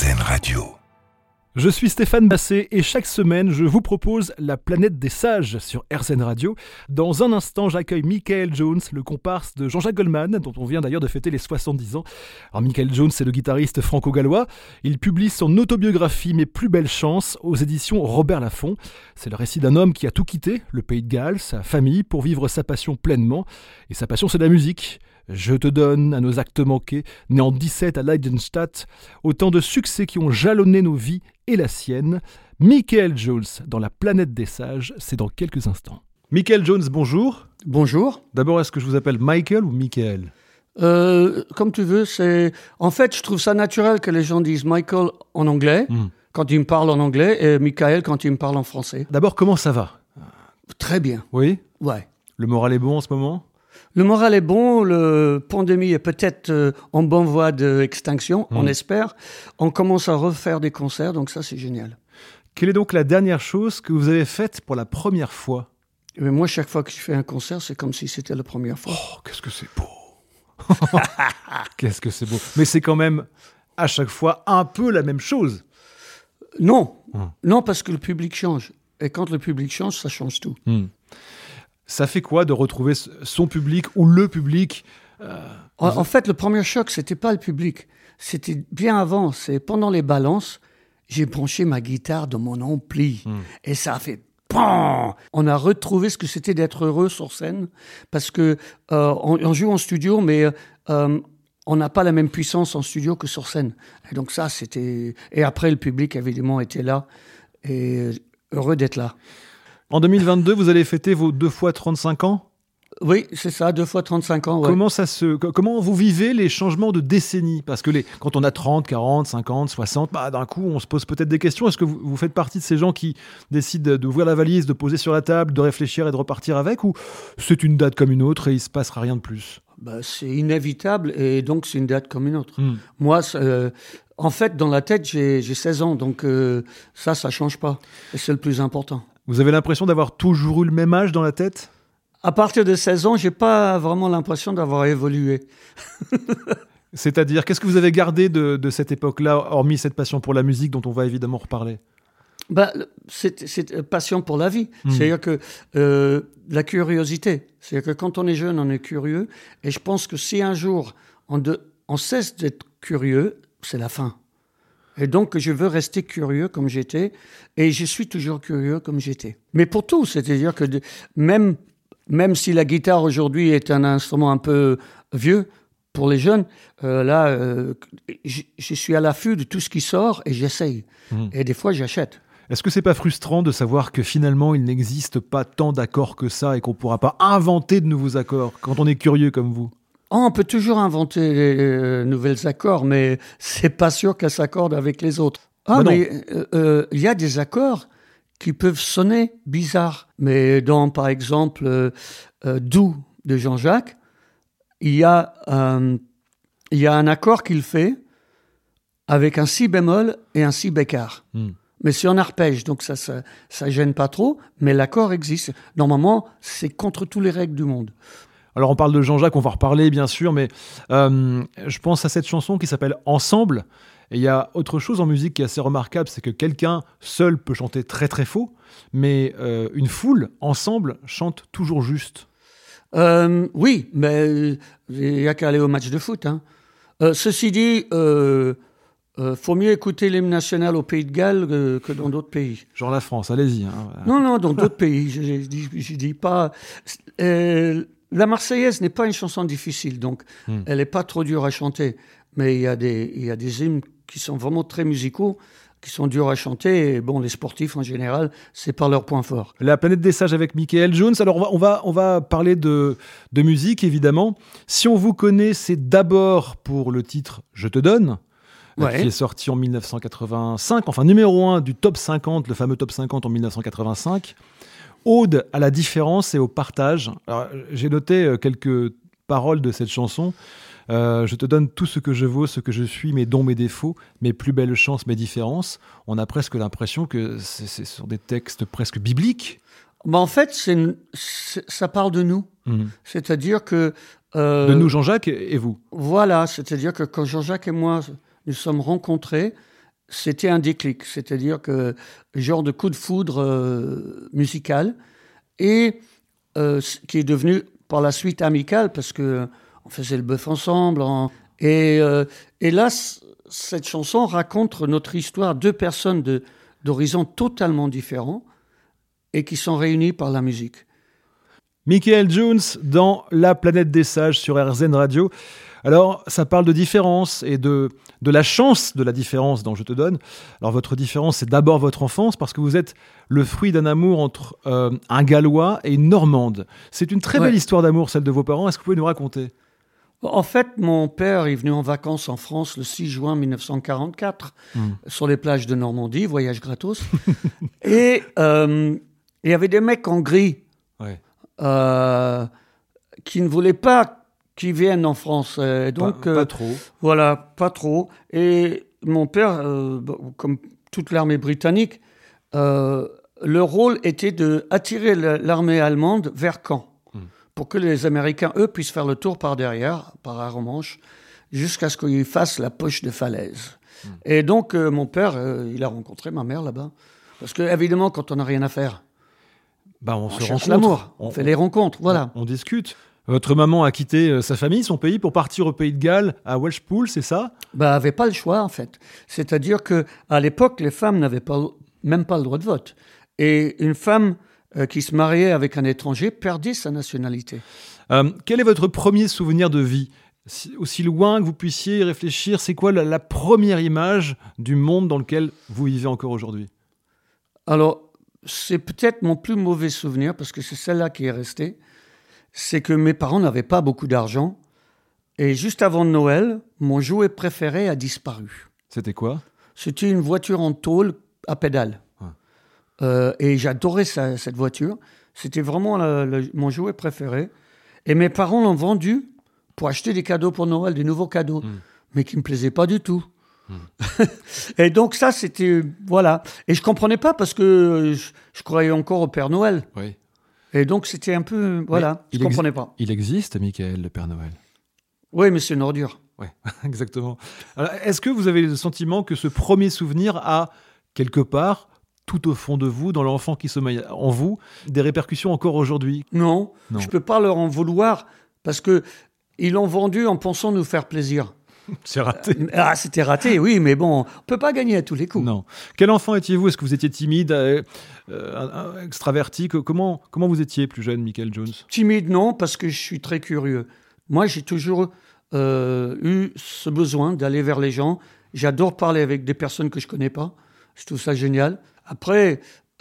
RZN Radio. Je suis Stéphane Basset et chaque semaine, je vous propose La planète des sages sur RZN Radio. Dans un instant, j'accueille Michael Jones, le comparse de Jean-Jacques Goldman, dont on vient d'ailleurs de fêter les 70 ans. Alors Michael Jones, c'est le guitariste franco-gallois. Il publie son autobiographie Mes plus belles chances aux éditions Robert Laffont. C'est le récit d'un homme qui a tout quitté, le pays de Galles, sa famille, pour vivre sa passion pleinement. Et sa passion, c'est la musique. Je te donne à nos actes manqués, né en 17 à Leidenstadt, autant de succès qui ont jalonné nos vies et la sienne. Michael Jones dans La planète des sages, c'est dans quelques instants. Michael Jones, bonjour. Bonjour. D'abord, est-ce que je vous appelle Michael ou Michael ? Comme tu veux, en fait, je trouve ça naturel que les gens disent Michael en anglais, quand ils me parlent en anglais, et Michael quand ils me parlent en français. D'abord, comment ça va ? Très bien. Oui ? Ouais. Le moral est bon en ce moment ? Le moral est bon, la pandémie est peut-être en bonne voie d'extinction, on espère. On commence à refaire des concerts, donc ça c'est génial. Quelle est donc la dernière chose que vous avez faite pour la première fois ? Mais moi, chaque fois que je fais un concert, c'est comme si c'était la première fois. Oh, qu'est-ce que c'est beau ! Qu'est-ce que c'est beau ! Mais c'est quand même à chaque fois un peu la même chose. Non, non, parce que le public change. Et quand le public change, ça change tout. Ça fait quoi de retrouver son public ou le public En fait, le premier choc, c'était pas le public. C'était bien avant. C'est pendant les balances, j'ai branché ma guitare dans mon ampli. Et ça a fait PAM ! On a retrouvé ce que c'était d'être heureux sur scène. Parce que on joue en studio, mais on n'a pas la même puissance en studio que sur scène. Et donc ça, c'était... Et après, le public, évidemment, était là. Et heureux d'être là. En 2022, vous allez fêter vos 2 fois 35 ans ? Oui, c'est ça, 2 fois 35 ans. Ouais. Comment vous vivez les changements de décennie ? Parce que quand on a 30, 40, 50, 60, d'un coup, on se pose peut-être des questions. Est-ce que vous faites partie de ces gens qui décident d'ouvrir la valise, de poser sur la table, de réfléchir et de repartir avec ? Ou c'est une date comme une autre et il ne se passera rien de plus ? C'est inévitable et donc c'est une date comme une autre. Moi, en fait, dans la tête, j'ai 16 ans, donc ça ne change pas. Et c'est le plus important. Vous avez l'impression d'avoir toujours eu le même âge dans la tête ? À partir de 16 ans, je n'ai pas vraiment l'impression d'avoir évolué. C'est-à-dire, qu'est-ce que vous avez gardé de cette époque-là, hormis cette passion pour la musique dont on va évidemment reparler ? C'est passion pour la vie. C'est-à-dire que la curiosité. C'est-à-dire que quand on est jeune, on est curieux. Et je pense que si un jour on cesse d'être curieux, c'est la fin. Et donc, je veux rester curieux comme j'étais. Et je suis toujours curieux comme j'étais. Mais pour tout, c'est-à-dire que même si la guitare aujourd'hui est un instrument un peu vieux pour les jeunes, je suis à l'affût de tout ce qui sort et j'essaye. Et des fois, j'achète. Est-ce que c'est pas frustrant de savoir que finalement, il n'existe pas tant d'accords que ça et qu'on ne pourra pas inventer de nouveaux accords quand on est curieux comme vous ? On peut toujours inventer de nouvelles accords, mais c'est pas sûr qu'elles s'accordent avec les autres. Mais il y a des accords qui peuvent sonner bizarres. Mais dans, par exemple, Doux de Jean-Jacques, il y a un accord qu'il fait avec un si bémol et un si bécard. Mais c'est en arpège, donc ça gêne pas trop, mais l'accord existe. Normalement, c'est contre toutes les règles du monde. Alors on parle de Jean-Jacques, on va reparler bien sûr, mais je pense à cette chanson qui s'appelle « Ensemble ». Et il y a autre chose en musique qui est assez remarquable, c'est que quelqu'un seul peut chanter très très faux, mais une foule, ensemble, chante toujours juste. Oui, mais il n'y a qu'à aller au match de foot. Ceci dit, faut mieux écouter l'hymne national au Pays de Galles que dans d'autres pays. Genre la France, allez-y. Non, dans d'autres pays. Je dis pas... la Marseillaise n'est pas une chanson difficile, donc elle n'est pas trop dure à chanter. Mais il y a des hymnes qui sont vraiment très musicaux, qui sont durs à chanter. Et bon, les sportifs, en général, c'est pas leur point fort. La planète des sages avec Michael Jones. Alors, on va parler de musique, évidemment. Si on vous connaît, c'est d'abord pour le titre « Je te donne », qui est sorti en 1985, enfin numéro 1 du top 50, le fameux top 50 en 1985. Ode à la différence et au partage. Alors, j'ai noté quelques paroles de cette chanson. Je te donne tout ce que je vaux, ce que je suis, mes dons, mes défauts, mes plus belles chances, mes différences. On a presque l'impression que ce sont des textes presque bibliques. En fait, ça parle de nous. C'est-à-dire que... de nous, Jean-Jacques, et vous. Voilà, c'est-à-dire que quand Jean-Jacques et moi nous sommes rencontrés, c'était un déclic, c'est-à-dire que genre de coup de foudre musical, et qui est devenu par la suite amical, parce que on faisait le bœuf ensemble. Et là, cette chanson raconte notre histoire, deux personnes d'horizons totalement différents et qui sont réunies par la musique. Michael Jones dans La planète des sages sur RZN Radio. Alors, ça parle de différence et de la chance de la différence dont je te donne. Alors, votre différence, c'est d'abord votre enfance, parce que vous êtes le fruit d'un amour entre un Gallois et une Normande. C'est une très belle histoire d'amour, celle de vos parents. Est-ce que vous pouvez nous raconter ? En fait, mon père est venu en vacances en France le 6 juin 1944, sur les plages de Normandie, voyage gratos. Et il y avait des mecs en gris qui ne voulaient pas qu'ils viennent en France. Donc, pas trop. Voilà, pas trop. Et mon père, comme toute l'armée britannique, le rôle était d'attirer l'armée allemande vers Caen, pour que les Américains, eux, puissent faire le tour par derrière, par Arromanches, jusqu'à ce qu'ils fassent la poche de falaise. Et donc, mon père, il a rencontré ma mère là-bas. Parce que, évidemment, quand on n'a rien à faire, on se cherche rencontre. L'amour, on fait les rencontres, voilà. On discute. Votre maman a quitté sa famille, son pays, pour partir au Pays de Galles, à Welshpool, c'est ça ? Elle n'avait pas le choix, en fait. C'est-à-dire qu'à l'époque, les femmes n'avaient même pas le droit de vote. Et une femme qui se mariait avec un étranger perdait sa nationalité. Quel est votre premier souvenir de vie ? Aussi loin que vous puissiez y réfléchir, c'est quoi la première image du monde dans lequel vous vivez encore aujourd'hui ? Alors, c'est peut-être mon plus mauvais souvenir, parce que c'est celle-là qui est restée. C'est que mes parents n'avaient pas beaucoup d'argent. Et juste avant Noël, mon jouet préféré a disparu. C'était quoi ? C'était une voiture en tôle à pédales. Et j'adorais cette voiture. C'était vraiment mon jouet préféré. Et mes parents l'ont vendu pour acheter des cadeaux pour Noël, des nouveaux cadeaux, mais qui ne me plaisaient pas du tout. Et donc ça, c'était... Voilà. Et je ne comprenais pas, parce que je croyais encore au Père Noël. Oui. Et donc c'était un peu... Voilà, je ne comprenais pas. Il existe, Michael, le Père Noël ? Oui, mais c'est une ordure. Oui, exactement. Alors, est-ce que vous avez le sentiment que ce premier souvenir a, quelque part, tout au fond de vous, dans l'enfant qui sommeille en vous, des répercussions encore aujourd'hui ? Non, je ne peux pas leur en vouloir, parce qu'ils l'ont vendu en pensant nous faire plaisir. C'est raté. C'était raté, oui, mais bon, on ne peut pas gagner à tous les coups. Non. Quel enfant étiez-vous ? Est-ce que vous étiez timide, extraverti ? Comment vous étiez plus jeune, Michael Jones ? Timide, non, parce que je suis très curieux. Moi, j'ai toujours eu ce besoin d'aller vers les gens. J'adore parler avec des personnes que je ne connais pas. Je trouve ça génial. Après,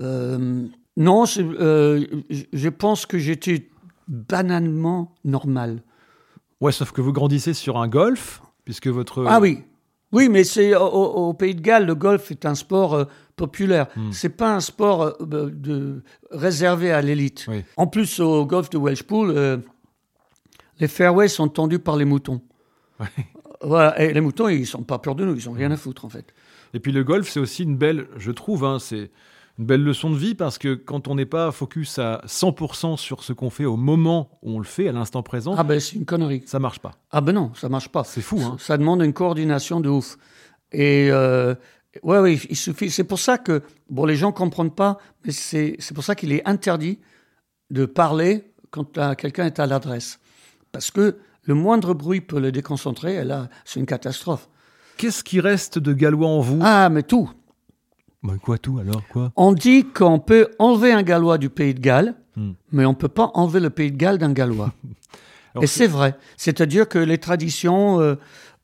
non, je pense que j'étais banalement normal. Ouais, sauf que vous grandissez sur un golf, puisque votre... Ah oui. Oui, mais c'est au Pays de Galles, le golf est un sport populaire. C'est pas un sport réservé à l'élite. Oui. En plus, au golf de Welshpool, les fairways sont tendus par les moutons. Ouais. Voilà, et les moutons, ils sont pas peurs de nous, ils ont rien à foutre en fait. Et puis le golf, c'est aussi une belle, je trouve, c'est une belle leçon de vie, parce que quand on n'est pas focus à 100% sur ce qu'on fait au moment où on le fait, à l'instant présent, C'est une connerie. Ça marche pas. Non, ça marche pas. C'est fou, hein. Ça demande une coordination de ouf. Et oui, il suffit. C'est pour ça que, les gens comprennent pas, mais c'est pour ça qu'il est interdit de parler quand quelqu'un est à l'adresse. Parce que le moindre bruit peut le déconcentrer, et là, c'est une catastrophe. Qu'est-ce qui reste de gallois en vous ? Mais tout. Quoi tout alors ? Quoi ? On dit qu'on peut enlever un Gallois du Pays de Galles, mais on ne peut pas enlever le Pays de Galles d'un Gallois. Et c'est vrai. C'est-à-dire que les traditions,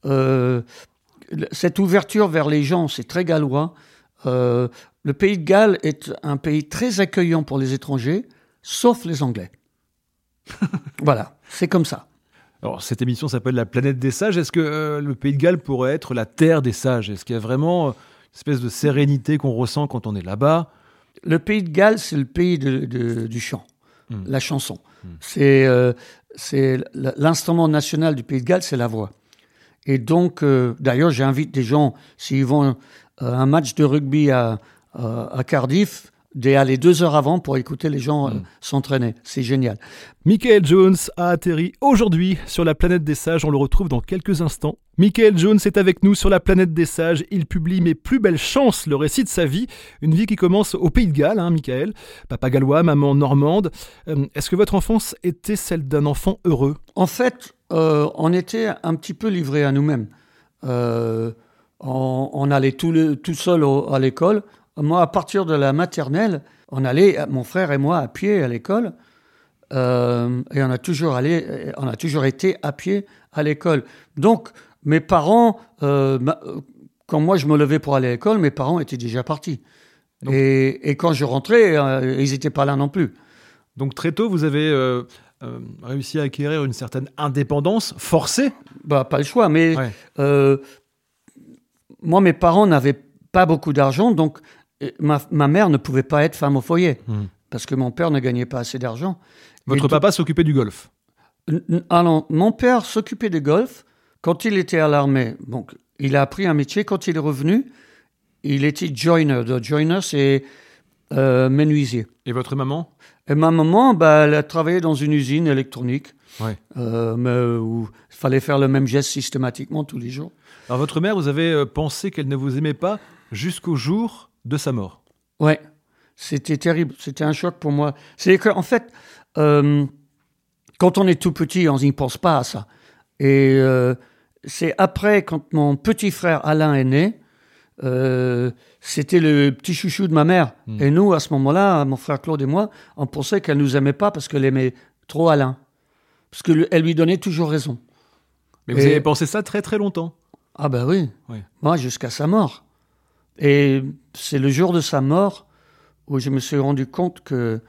cette ouverture vers les gens, c'est très gallois. Le Pays de Galles est un pays très accueillant pour les étrangers, sauf les Anglais. Voilà, c'est comme ça. Alors, cette émission s'appelle La planète des sages. Est-ce que le Pays de Galles pourrait être la terre des sages ? Est-ce qu'il y a vraiment une espèce de sérénité qu'on ressent quand on est là-bas ? Le Pays de Galles, c'est le pays du chant, la chanson. C'est l'instrument national du Pays de Galles, c'est la voix. Et donc, d'ailleurs, j'invite des gens, s'ils vont à un match de rugby à Cardiff, d'y aller 2 heures avant pour écouter les gens s'entraîner. C'est génial. Michael Jones a atterri aujourd'hui sur la planète des sages. On le retrouve dans quelques instants. Michael Jones est avec nous sur la planète des sages. Il publie Mes plus belles chances, le récit de sa vie. Une vie qui commence au Pays de Galles, Michael. Papa gallois, maman normande. Est-ce que votre enfance était celle d'un enfant heureux ? En fait, on était un petit peu livrés à nous-mêmes. On allait tout seul à l'école. Moi, à partir de la maternelle, on allait, mon frère et moi, à pied à l'école. Et on a toujours été à pied à l'école. Donc, mes parents, quand moi je me levais pour aller à l'école, mes parents étaient déjà partis. Donc, et quand je rentrais, ils n'étaient pas là non plus. Donc très tôt, vous avez réussi à acquérir une certaine indépendance forcée ? Pas le choix, mais moi, mes parents n'avaient pas beaucoup d'argent, donc ma mère ne pouvait pas être femme au foyer, parce que mon père ne gagnait pas assez d'argent. Votre papa s'occupait du golf ? Alors, mon père s'occupait du golf quand il était à l'armée. Donc, il a appris un métier. Quand il est revenu, il était joiner. Le joiner, c'est menuisier. Et votre maman ? Et ma maman, elle a travaillé dans une usine électronique, mais où il fallait faire le même geste systématiquement tous les jours. Alors, votre mère, vous avez pensé qu'elle ne vous aimait pas jusqu'au jour de sa mort ? Ouais, c'était terrible. C'était un choc pour moi. C'est qu'en fait, quand on est tout petit, on n'y pense pas à ça. Et c'est après, quand mon petit frère Alain est né, c'était le petit chouchou de ma mère. Et nous, à ce moment-là, mon frère Claude et moi, on pensait qu'elle ne nous aimait pas parce qu'elle aimait trop Alain. Parce qu'elle lui donnait toujours raison. Mais vous avez pensé ça très très longtemps ? Ah ben oui. Moi, jusqu'à sa mort. Et c'est le jour de sa mort où je me suis rendu compte que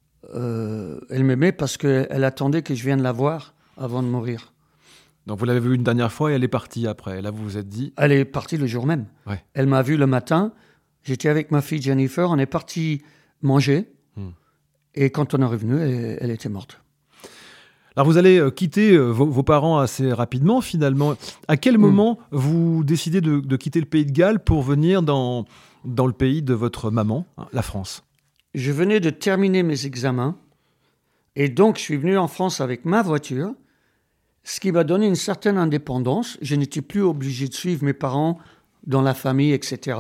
elle m'aimait parce qu'elle attendait que je vienne la voir avant de mourir. Donc vous l'avez vue une dernière fois et elle est partie après. Là, vous vous êtes dit... Elle est partie le jour même. Ouais. Elle m'a vu le matin. J'étais avec ma fille Jennifer. On est parti manger. Et quand on est revenu, elle était morte. Alors vous allez quitter vos parents assez rapidement finalement. À quel moment vous décidez de quitter le Pays de Galles pour venir dans le pays de votre maman, la France ? Je venais de terminer mes examens et donc je suis venu en France avec ma voiture, ce qui m'a donné une certaine indépendance. Je n'étais plus obligé de suivre mes parents dans la famille, etc.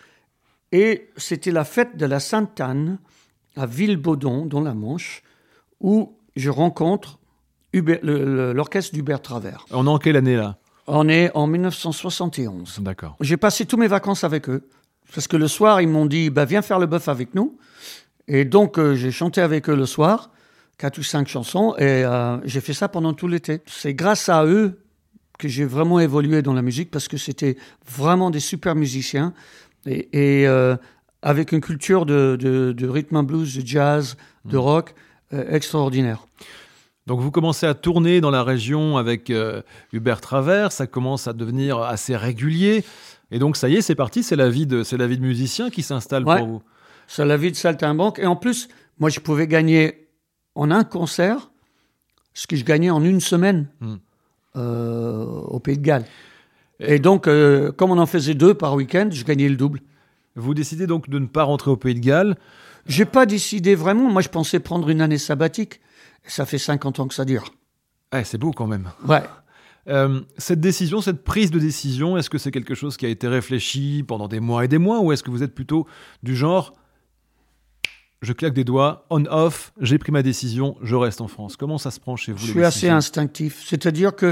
Et c'était la fête de la Sainte-Anne à Villebaudon, dans la Manche, où je rencontre l'orchestre d'Hubert Travers. On est en quelle année là ? On est en 1971. D'accord. J'ai passé tous mes vacances avec eux. Parce que le soir, ils m'ont dit, viens faire le bœuf avec nous. Et donc, j'ai chanté avec eux le soir, 4 ou 5 chansons, et j'ai fait ça pendant tout l'été. C'est grâce à eux que j'ai vraiment évolué dans la musique, parce que c'était vraiment des super musiciens, et avec une culture de rhythm and blues, de jazz, de rock, extraordinaire. Donc vous commencez à tourner dans la région avec Hubert Travers, ça commence à devenir assez régulier, et donc ça y est, c'est parti, c'est la vie de musicien qui s'installe pour vous. C'est la vie de saltimbanque, et en plus, moi je pouvais gagner en un concert ce que je gagnais en une semaine au Pays de Galles. Et donc, comme on en faisait 2 par week-end, je gagnais le double. Vous décidez donc de ne pas rentrer au Pays de Galles ? J'ai pas décidé vraiment, moi je pensais prendre une année sabbatique. Ça fait 50 ans que ça dure. C'est beau quand même. Ouais. Cette décision, cette prise de décision, est-ce que c'est quelque chose qui a été réfléchi pendant des mois et des mois, ou est-ce que vous êtes plutôt du genre, je claque des doigts, on-off, j'ai pris ma décision, je reste en France ? Comment ça se prend chez vous ? Je suis assez instinctif. C'est-à-dire que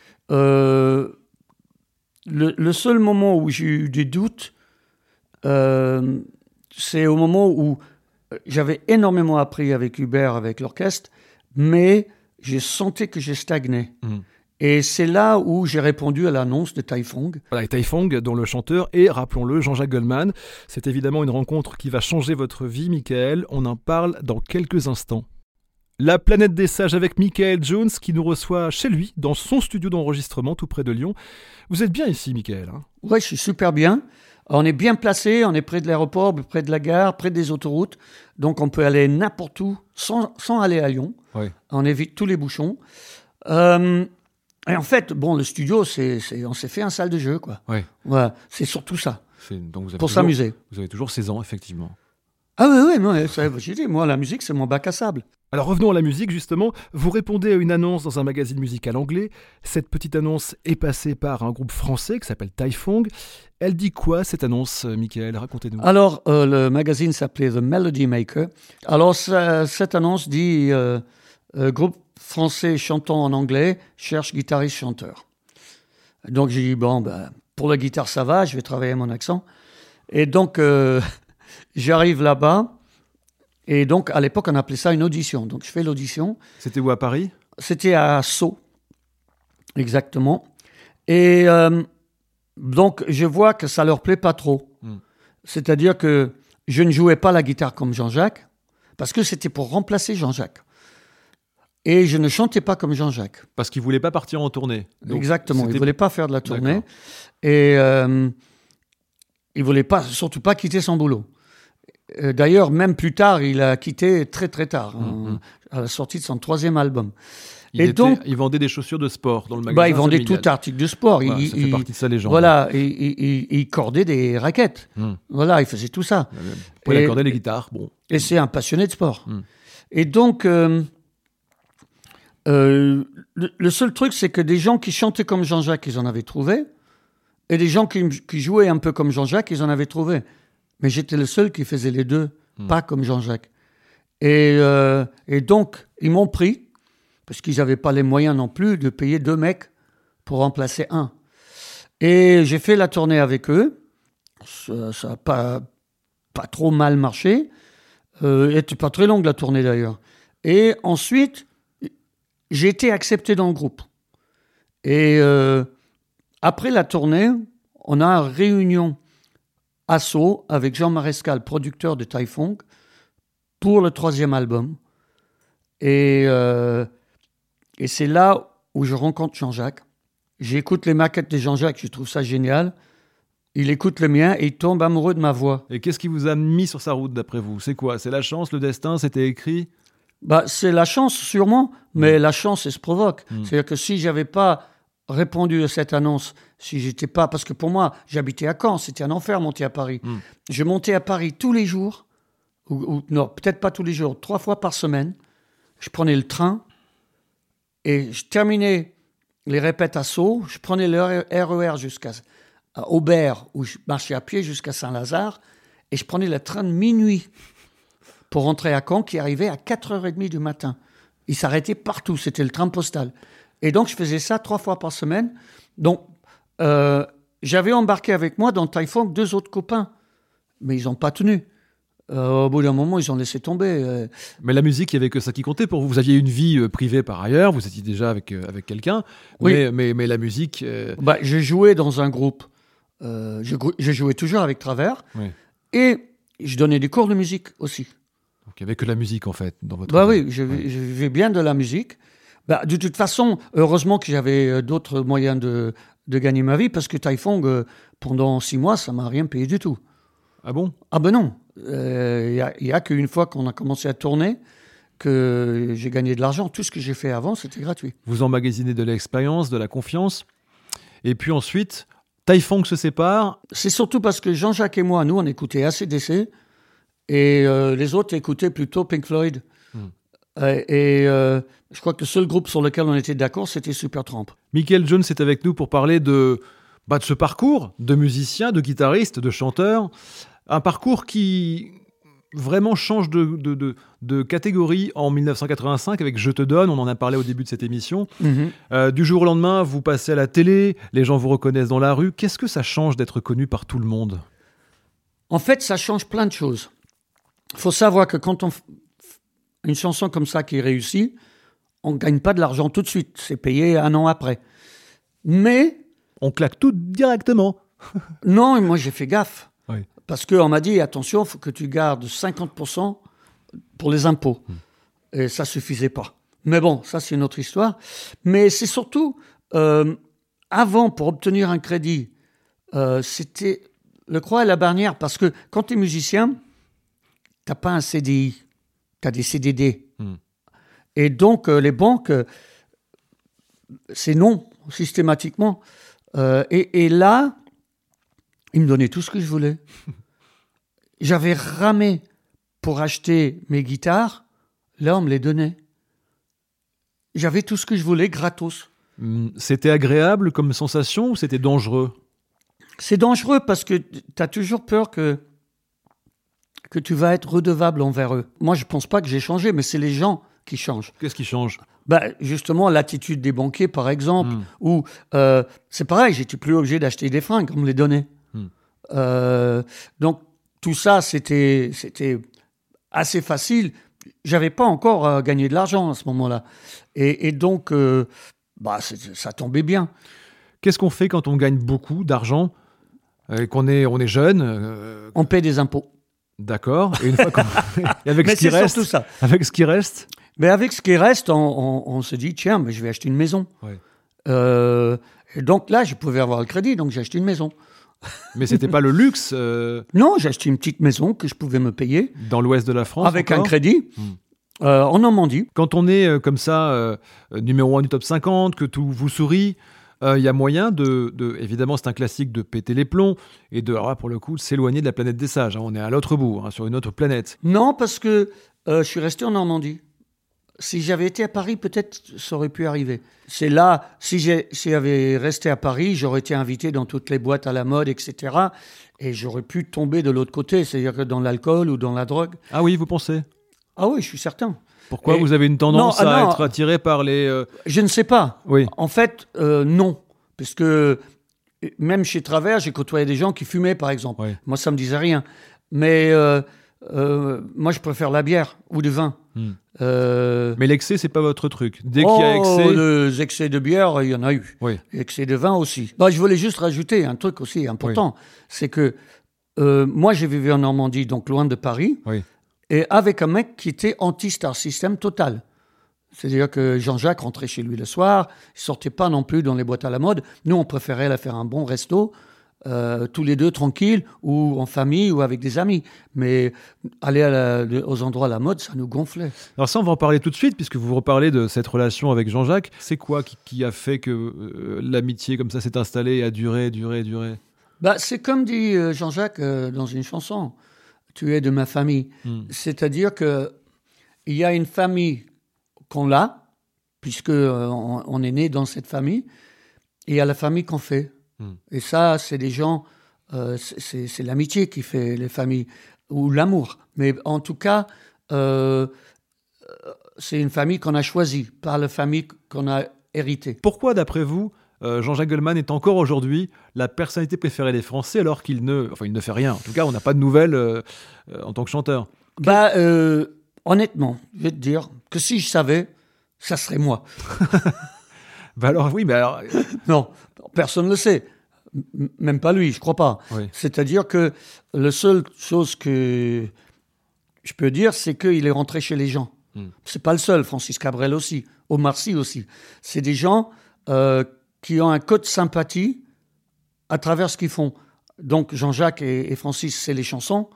le seul moment où j'ai eu des doutes, c'est au moment où j'avais énormément appris avec Hubert, avec l'orchestre, mais j'ai senti que j'ai stagné. Et c'est là où j'ai répondu à l'annonce de Taifong. Voilà, et Taifong, dont le chanteur est, rappelons-le, Jean-Jacques Goldman. C'est évidemment une rencontre qui va changer votre vie, Michael. On en parle dans quelques instants. La planète des sages avec Michael Jones qui nous reçoit chez lui, dans son studio d'enregistrement tout près de Lyon. Vous êtes bien ici, Michael ? Oui, je suis super bien. On est bien placé, on est près de l'aéroport, près de la gare, près des autoroutes. Donc on peut aller n'importe où sans aller à Lyon. Oui. On évite tous les bouchons. Et en fait, le studio, on s'est fait un salle de jeu, quoi. Oui. Ouais, c'est surtout ça. Donc vous avez pour s'amuser. Vous avez toujours 16 ans, effectivement. Ah oui, non, j'ai dit, moi, la musique, c'est mon bac à sable. Alors revenons à la musique justement, vous répondez à une annonce dans un magazine musical anglais, cette petite annonce est passée par un groupe français qui s'appelle Typhoon. Elle dit quoi cette annonce, Michael? Racontez-nous. Alors le magazine s'appelait The Melody Maker. Alors cette annonce dit groupe français chantant en anglais cherche guitariste chanteur. Donc j'ai dit bon pour la guitare ça va, je vais travailler mon accent. Et donc j'arrive là-bas. Et donc, à l'époque, on appelait ça une audition. Donc, je fais l'audition. C'était où, à Paris? C'était à Sceaux, exactement. Et donc, je vois que ça leur plaît pas trop. C'est-à-dire que je ne jouais pas la guitare comme Jean-Jacques, parce que c'était pour remplacer Jean-Jacques. Et je ne chantais pas comme Jean-Jacques. Parce qu'il ne voulait pas partir en tournée. Donc, exactement, il ne voulait pas faire de la tournée. D'accord. Et il ne voulait surtout pas quitter son boulot. D'ailleurs, même plus tard, il a quitté très très tard, à la sortie de son 3e album. Il vendait des chaussures de sport dans le magasin. Il vendait tout article de sport. Voilà, ça fait partie de sa légende. Voilà, il cordait des raquettes. Voilà, il faisait tout ça. Il accordait les guitares. Bon. Et c'est un passionné de sport. Et donc, le seul truc, c'est que des gens qui chantaient comme Jean-Jacques, ils en avaient trouvé. Et des gens qui jouaient un peu comme Jean-Jacques, ils en avaient trouvé. Mais j'étais le seul qui faisait les deux, pas comme Jean-Jacques. Et donc, ils m'ont pris, parce qu'ils n'avaient pas les moyens non plus de payer 2 mecs pour remplacer un. Et j'ai fait la tournée avec eux. Ça n'a pas trop mal marché. Elle n'était pas très longue, la tournée d'ailleurs. Et ensuite, j'ai été accepté dans le groupe. Et après la tournée, on a une réunion à Sceaux avec Jean Marescal, producteur de Typhoon, pour le 3e album. Et c'est là où je rencontre Jean-Jacques. J'écoute les maquettes de Jean-Jacques, je trouve ça génial. Il écoute le mien et il tombe amoureux de ma voix. Et qu'est-ce qui vous a mis sur sa route d'après vous? C'est quoi? C'est la chance, le destin, c'était écrit? C'est la chance sûrement, mais la chance, elle se provoque. C'est-à-dire que si j'avais pas répondu à cette annonce, si j'étais pas, parce que pour moi, j'habitais à Caen, c'était un enfer monter à Paris. Je montais à Paris tous les jours, ou non, peut-être pas tous les jours, 3 fois par semaine. Je prenais le train et je terminais les répètes à Sceaux, je prenais le RER jusqu'à Aubert, où je marchais à pied jusqu'à Saint-Lazare, et je prenais le train de minuit pour rentrer à Caen, qui arrivait à 4h30 du matin. Il s'arrêtait partout, c'était le train postal. Et donc, je faisais ça 3 fois par semaine. Donc, j'avais embarqué avec moi dans Typhoon 2 autres copains, mais ils n'ont pas tenu. Au bout d'un moment, ils ont laissé tomber. Mais la musique, il n'y avait que ça qui comptait pour vous. Vous aviez une vie privée par ailleurs, vous étiez déjà avec quelqu'un, oui. mais la musique... je jouais dans un groupe, je jouais toujours avec Travers, oui. Et je donnais des cours de musique aussi. Donc il n'y avait que la musique en fait dans votre vie. Oui, je vivais bien de la musique. De toute façon, heureusement que j'avais d'autres moyens de gagner ma vie, parce que Typhoon, pendant 6 mois, ça ne m'a rien payé du tout. Ah bon? Ah ben non. Il n'y a qu'une fois qu'on a commencé à tourner que j'ai gagné de l'argent. Tout ce que j'ai fait avant, c'était gratuit. Vous emmagasinez de l'expérience, de la confiance. Et puis ensuite, Typhoon se sépare. C'est surtout parce que Jean-Jacques et moi, nous, on écoutait AC/DC et les autres écoutaient plutôt Pink Floyd. Je crois que le seul groupe sur lequel on était d'accord, c'était Supertramp. Michael Jones est avec nous pour parler de ce parcours de musicien, de guitariste, de chanteur. Un parcours qui vraiment change de catégorie en 1985 avec Je te donne, on en a parlé au début de cette émission. Du jour au lendemain, vous passez à la télé, les gens vous reconnaissent dans la rue. Qu'est-ce que ça change d'être connu par tout le monde? En fait, ça change plein de choses. Il faut savoir que quand on une chanson comme ça qui réussit, on ne gagne pas de l'argent tout de suite. C'est payé 1 an après. Mais... on claque tout directement. Non, moi j'ai fait gaffe. Oui. Parce qu'on m'a dit, attention, il faut que tu gardes 50% pour les impôts. Et ça ne suffisait pas. Mais bon, ça c'est une autre histoire. Mais c'est surtout, avant, pour obtenir un crédit, c'était le croix et la bannière. Parce que quand tu es musicien, tu n'as pas un CDI. Tu as des CDD. Et donc, les banques, c'est non, systématiquement. Et là, ils me donnaient tout ce que je voulais. J'avais ramé pour acheter mes guitares, là, on me les donnait. J'avais tout ce que je voulais gratos. C'était agréable comme sensation ou c'était dangereux ? C'est dangereux parce que tu as toujours peur que tu vas être redevable envers eux. Moi, je ne pense pas que j'ai changé, mais c'est les gens qui changent. Qu'est-ce qui change ? Justement, l'attitude des banquiers, par exemple, où c'est pareil, j'étais plus obligé d'acheter des fringues, on me les donnait. Donc, tout ça, c'était assez facile. J'avais pas encore gagné de l'argent à ce moment-là. Et donc, ça tombait bien. Qu'est-ce qu'on fait quand on gagne beaucoup d'argent et qu'on est jeune On paie des impôts. D'accord. Et une fois et avec mais ce qui reste, surtout ça. Avec ce qui reste, mais avec ce qui reste, on se dit tiens, mais je vais acheter une maison. Ouais. Et donc là, je pouvais avoir le crédit, donc j'ai acheté une maison. Mais c'était pas le luxe. Non, j'ai acheté une petite maison que je pouvais me payer. Dans l'ouest de la France. Avec encore un crédit. En Normandie. Quand on est comme ça, numéro 1 du top 50, que tout vous sourit, il y a moyen évidemment c'est un classique, de péter les plombs et alors pour le coup, de s'éloigner de la planète des sages. On est à l'autre bout, sur une autre planète. Non, parce que je suis resté en Normandie. Si j'avais été à Paris, peut-être ça aurait pu arriver. C'est là, si j'avais resté à Paris, j'aurais été invité dans toutes les boîtes à la mode, etc. Et j'aurais pu tomber de l'autre côté, c'est-à-dire que dans l'alcool ou dans la drogue. Ah oui, vous pensez ? Ah oui, je suis certain. Pourquoi vous avez une tendance à être attiré par les... Je ne sais pas. Oui. En fait, non. Parce que même chez Travers, j'ai côtoyé des gens qui fumaient, par exemple. Oui. Moi, ça ne me disait rien. Mais moi, je préfère la bière ou du vin. Mais l'excès, c'est pas votre truc. Dès qu'il y a excès... Les excès de bière, il y en a eu. Oui. Excès de vin aussi. Je voulais juste rajouter un truc aussi important. Oui. C'est que moi, j'ai vécu en Normandie, donc loin de Paris. Oui. Et avec un mec qui était anti-Star System total. C'est-à-dire que Jean-Jacques rentrait chez lui le soir, il ne sortait pas non plus dans les boîtes à la mode. Nous, on préférait aller faire un bon resto, tous les deux tranquilles, ou en famille, ou avec des amis. Mais aller aux endroits à la mode, ça nous gonflait. Alors ça, on va en parler tout de suite, puisque vous reparlez de cette relation avec Jean-Jacques. C'est quoi qui a fait que l'amitié comme ça s'est installée et a duré ? C'est comme dit Jean-Jacques dans une chanson. Tu es de ma famille. C'est-à-dire qu'il y a une famille qu'on a, puisque on est né dans cette famille, et il y a la famille qu'on fait. Et ça, c'est des gens, c'est l'amitié qui fait les familles, ou l'amour. Mais en tout cas, c'est une famille qu'on a choisie, pas la famille qu'on a héritée. Pourquoi, d'après vous, Jean-Jacques Goldman est encore aujourd'hui la personnalité préférée des Français alors qu'il ne fait rien. En tout cas, on n'a pas de nouvelles en tant que chanteur. Honnêtement, je vais te dire que si je savais, ça serait moi. Non, personne ne le sait. Même pas lui, je crois pas. Oui. C'est-à-dire que la seule chose que je peux dire, c'est qu'il est rentré chez les gens. C'est pas le seul, Francis Cabrel aussi, Omar Sy aussi. C'est des gens qui ont un code sympathie à travers ce qu'ils font. Donc Jean-Jacques et Francis, c'est les chansons.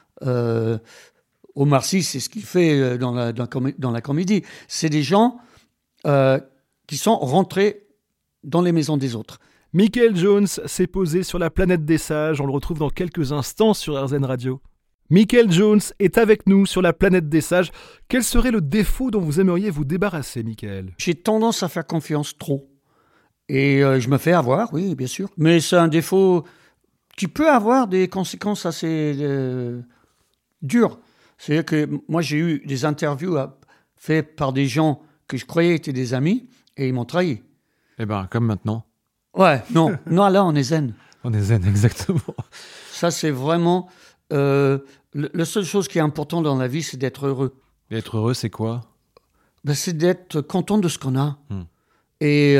Omar Sy, c'est ce qu'il fait dans la comédie. C'est des gens qui sont rentrés dans les maisons des autres. Michael Jones s'est posé sur la planète des sages. On le retrouve dans quelques instants sur RZN Radio. Michael Jones est avec nous sur la planète des sages. Quel serait le défaut dont vous aimeriez vous débarrasser, Michael ? J'ai tendance à faire confiance trop. Et je me fais avoir, oui, bien sûr. Mais c'est un défaut qui peut avoir des conséquences assez dures. C'est-à-dire que moi, j'ai eu des interviews faites par des gens que je croyais étaient des amis et ils m'ont trahi. Eh bien, comme maintenant. Ouais, non, là, on est zen. On est zen, exactement. Ça, c'est vraiment... la seule chose qui est importante dans la vie, c'est d'être heureux. Et être heureux, c'est quoi ? C'est d'être content de ce qu'on a. Et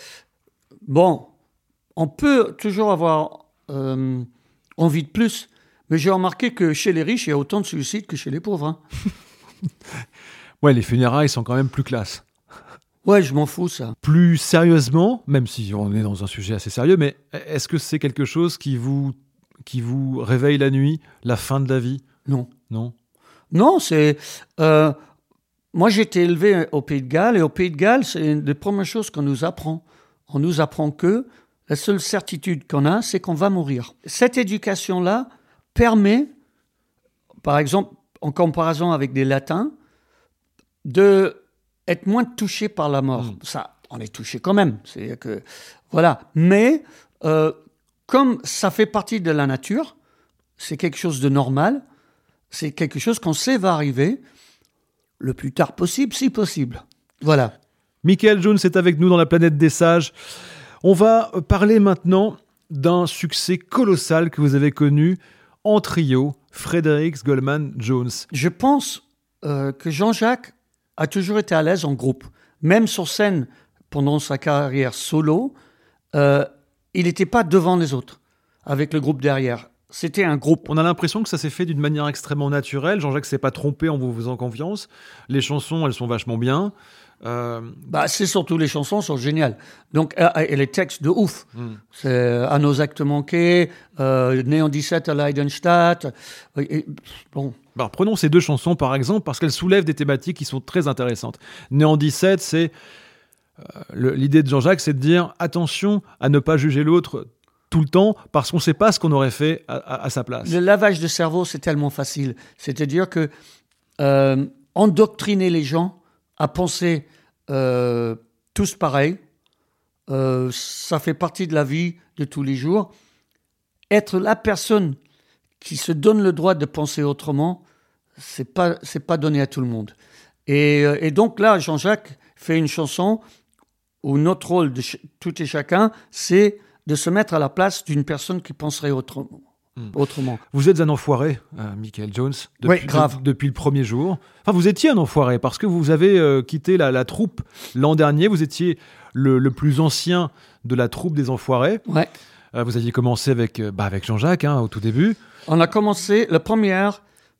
on peut toujours avoir envie de plus, mais j'ai remarqué que chez les riches, il y a autant de suicides que chez les pauvres. Hein. Ouais, les funérailles sont quand même plus classe. Ouais, je m'en fous, ça. Plus sérieusement, même si on est dans un sujet assez sérieux, mais est-ce que c'est quelque chose qui vous réveille la nuit, la fin de la vie ? Non. Non, c'est... moi, j'ai été élevé au Pays de Galles, et au Pays de Galles, c'est une des premières choses qu'on nous apprend. On nous apprend que la seule certitude qu'on a, c'est qu'on va mourir. Cette éducation-là permet, par exemple, en comparaison avec des latins, d'être moins touché par la mort. Ça, on est touché quand même. C'est que, voilà. Mais comme ça fait partie de la nature, c'est quelque chose de normal, c'est quelque chose qu'on sait va arriver le plus tard possible, si possible. Voilà. Michael Jones est avec nous dans la planète des sages. On va parler maintenant d'un succès colossal que vous avez connu en trio, Fredericks Goldman Jones. Je pense que Jean-Jacques a toujours été à l'aise en groupe. Même sur scène, pendant sa carrière solo, il n'était pas devant les autres, avec le groupe derrière. C'était un groupe. On a l'impression que ça s'est fait d'une manière extrêmement naturelle. Jean-Jacques s'est pas trompé en vous faisant confiance. Les chansons, elles sont vachement bien. C'est surtout les chansons sont géniales. Donc, et les textes de ouf. C'est À nos actes manqués, Néant 17 à Leidenstadt. Bon. Prenons ces deux chansons par exemple, parce qu'elles soulèvent des thématiques qui sont très intéressantes. Néant 17, c'est l'idée de Jean-Jacques, c'est de dire attention à ne pas juger l'autre tout le temps, parce qu'on ne sait pas ce qu'on aurait fait à sa place. Le lavage de cerveau, c'est tellement facile. C'est-à-dire que endoctriner les gens à penser tous pareil, ça fait partie de la vie de tous les jours. Être la personne qui se donne le droit de penser autrement, c'est pas donné à tout le monde. Et donc là, Jean-Jacques fait une chanson où notre rôle de tout et chacun, c'est de se mettre à la place d'une personne qui penserait autrement. Vous êtes un enfoiré, Michael Jones, depuis le premier jour. Enfin, vous étiez un enfoiré parce que vous avez quitté la troupe l'an dernier. Vous étiez le plus ancien de la troupe des enfoirés. Ouais. Vous aviez commencé avec Jean-Jacques au tout début. On a commencé le premier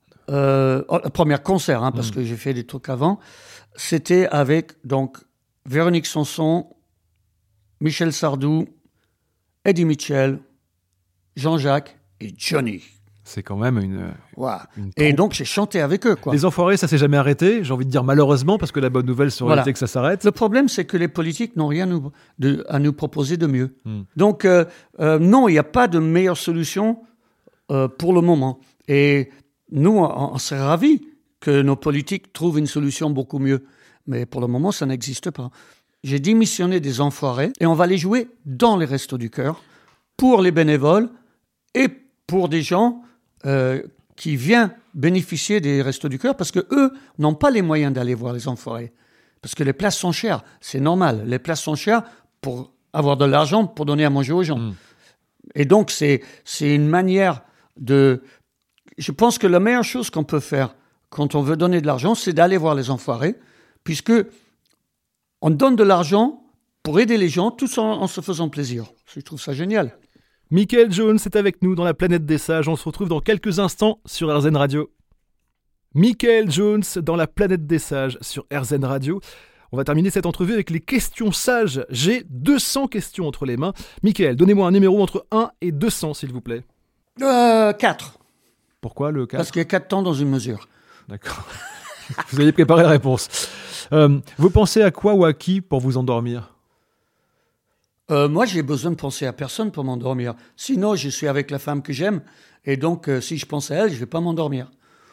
concert, parce que j'ai fait des trucs avant. C'était avec donc Véronique Sanson, Michel Sardou, Eddie Mitchell, Jean-Jacques et Johnny. C'est quand même une et donc j'ai chanté avec eux, quoi. Les enfoirés, ça s'est jamais arrêté. J'ai envie de dire malheureusement, parce que la bonne nouvelle serait été que ça s'arrête. Le problème, c'est que les politiques n'ont rien à nous proposer de mieux. Donc non, il n'y a pas de meilleure solution pour le moment. Et nous, on serait ravis que nos politiques trouvent une solution beaucoup mieux. Mais pour le moment, ça n'existe pas. J'ai démissionné des enfoirés et on va les jouer dans les Restos du Cœur pour les bénévoles et pour des gens qui viennent bénéficier des Restos du Cœur parce qu'eux n'ont pas les moyens d'aller voir les enfoirés. Parce que les places sont chères, c'est normal. Les places sont chères pour avoir de l'argent pour donner à manger aux gens. Et donc, c'est une manière de... Je pense que la meilleure chose qu'on peut faire quand on veut donner de l'argent, c'est d'aller voir les enfoirés, puisque on donne de l'argent pour aider les gens tout en se faisant plaisir. Je trouve ça génial. Michael Jones est avec nous dans la planète des sages. On se retrouve dans quelques instants sur RZN Radio. Michael Jones dans la planète des sages sur RZN Radio. On va terminer cette entrevue avec les questions sages. J'ai 200 questions entre les mains. Michael, donnez-moi un numéro entre 1 et 200, s'il vous plaît. 4. Pourquoi le 4 ? Parce qu'il y a 4 temps dans une mesure. D'accord. Vous avez préparé la réponse. Vous pensez à quoi ou à qui pour vous endormir ? Moi, j'ai besoin de penser à personne pour m'endormir. Sinon, je suis avec la femme que j'aime. Et donc, si je pense à elle, je ne vais pas m'endormir.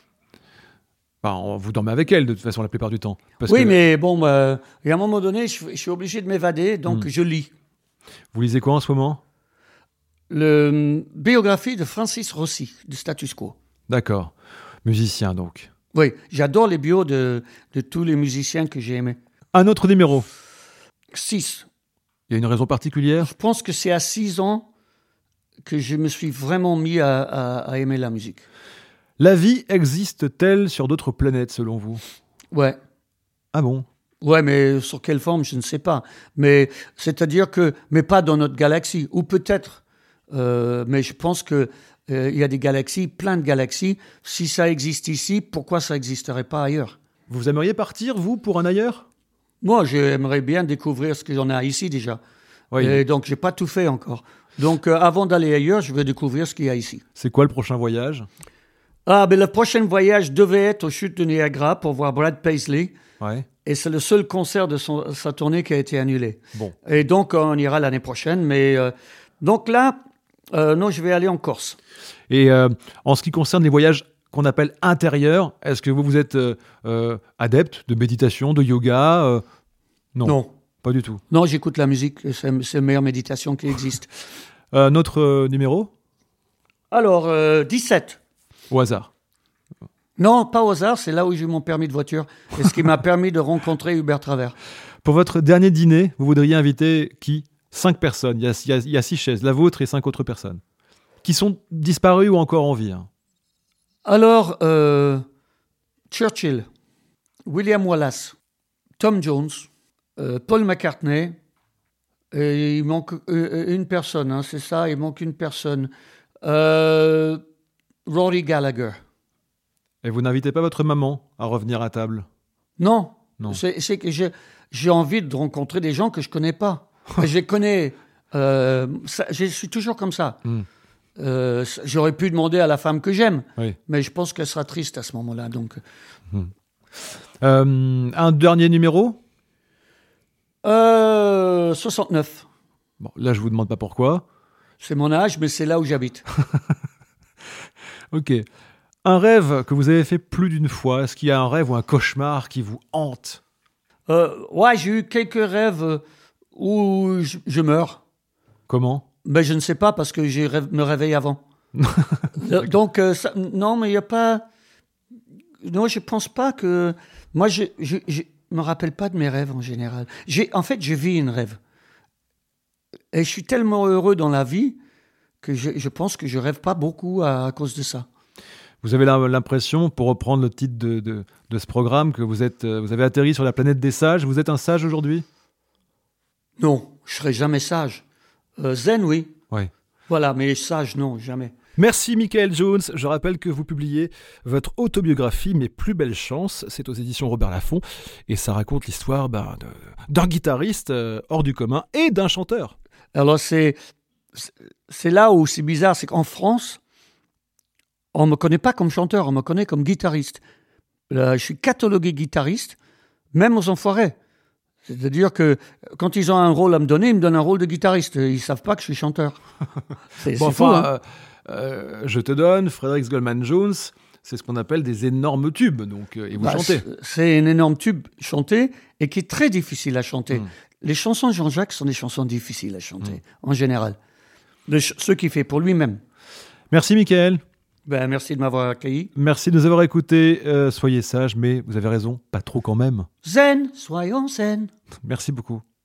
Vous dormez avec elle, de toute façon, la plupart du temps. Mais bon, et à un moment donné, je suis obligé de m'évader, donc je lis. Vous lisez quoi en ce moment ? La biographie de Francis Rossi, de Status Quo. D'accord. Musicien, donc. Oui, j'adore les bios de tous les musiciens que j'ai aimés. Un autre numéro ? 6. Il y a une raison particulière ? Je pense que c'est à 6 ans que je me suis vraiment mis à aimer la musique. La vie existe-t-elle sur d'autres planètes, selon vous ? Ouais. Ah bon ? Ouais, mais sur quelle forme, je ne sais pas. Mais c'est-à-dire que, mais pas dans notre galaxie, ou peut-être. Mais je pense que il y a des galaxies, plein de galaxies. Si ça existe ici, pourquoi ça n'existerait pas ailleurs ? Vous aimeriez partir, vous, pour un ailleurs ? Moi, j'aimerais bien découvrir ce qu'il y en a ici déjà. Oui. Et donc, j'ai pas tout fait encore. Donc, avant d'aller ailleurs, je veux découvrir ce qu'il y a ici. C'est quoi le prochain voyage ? Le prochain voyage devait être aux Chutes de Niagara pour voir Brad Paisley. Ouais. Et c'est le seul concert de sa tournée qui a été annulé. Bon. Et donc, on ira l'année prochaine. Mais donc là, non, je vais aller en Corse. Et en ce qui concerne les voyages qu'on appelle intérieur. Est-ce que vous êtes adepte de méditation, de yoga Non. Pas du tout. Non, j'écoute la musique. C'est la meilleure méditation qui existe. Notre numéro ? Alors, 17. Au hasard. Non, pas au hasard. C'est là où j'ai eu mon permis de voiture. Et ce qui m'a permis de rencontrer Hubert Travers. Pour votre dernier dîner, vous voudriez inviter qui ? 5 personnes. Il y a 6 chaises. La vôtre et 5 autres personnes. Qui sont disparues ou encore en vie. Alors, Churchill, William Wallace, Tom Jones, Paul McCartney, et il manque une personne, c'est ça, il manque une personne. Rory Gallagher. Et vous n'invitez pas votre maman à revenir à table ? Non. C'est que j'ai envie de rencontrer des gens que je connais pas. Je les connais. Je suis toujours comme ça. J'aurais pu demander à la femme que j'aime, mais je pense qu'elle sera triste à ce moment-là. Donc. Un dernier numéro ? 69. Bon, là, je vous demande pas pourquoi. C'est mon âge, mais c'est là où j'habite. Ok. Un rêve que vous avez fait plus d'une fois, est-ce qu'il y a un rêve ou un cauchemar qui vous hante ? Ouais, j'ai eu quelques rêves où je meurs. Comment ? Ben, je ne sais pas, parce que me réveille avant. Donc, non, mais il n'y a pas... Non, je ne pense pas que... Moi, je me rappelle pas de mes rêves en général. En fait, je vis une rêve. Et je suis tellement heureux dans la vie que je pense que je rêve pas beaucoup à cause de ça. Vous avez l'impression, pour reprendre le titre de ce programme, que vous avez atterri sur la planète des sages. Vous êtes un sage aujourd'hui ? Non, je serai jamais sage. Zen, oui. Ouais. Voilà, mais sage, non, jamais. Merci Michael Jones. Je rappelle que vous publiez votre autobiographie Mes plus belles chances. C'est aux éditions Robert Laffont et ça raconte l'histoire d'un guitariste hors du commun et d'un chanteur. Alors c'est là où c'est bizarre, c'est qu'en France, on ne me connaît pas comme chanteur, on me connaît comme guitariste. Je suis catalogué guitariste, même aux enfoirés. C'est-à-dire que quand ils ont un rôle à me donner, ils me donnent un rôle de guitariste. Ils ne savent pas que je suis chanteur. C'est fou, hein. Je te donne Fredericks Goldman Jones, c'est ce qu'on appelle des énormes tubes, donc, et vous chantez. C'est un énorme tube chanté et qui est très difficile à chanter. Les chansons de Jean-Jacques sont des chansons difficiles à chanter, en général. Ce qu'il fait pour lui-même. Merci Michael. Merci de m'avoir accueilli. Merci de nous avoir écoutés. Soyez sages, mais vous avez raison, pas trop quand même. Zen, soyons zen. Merci beaucoup.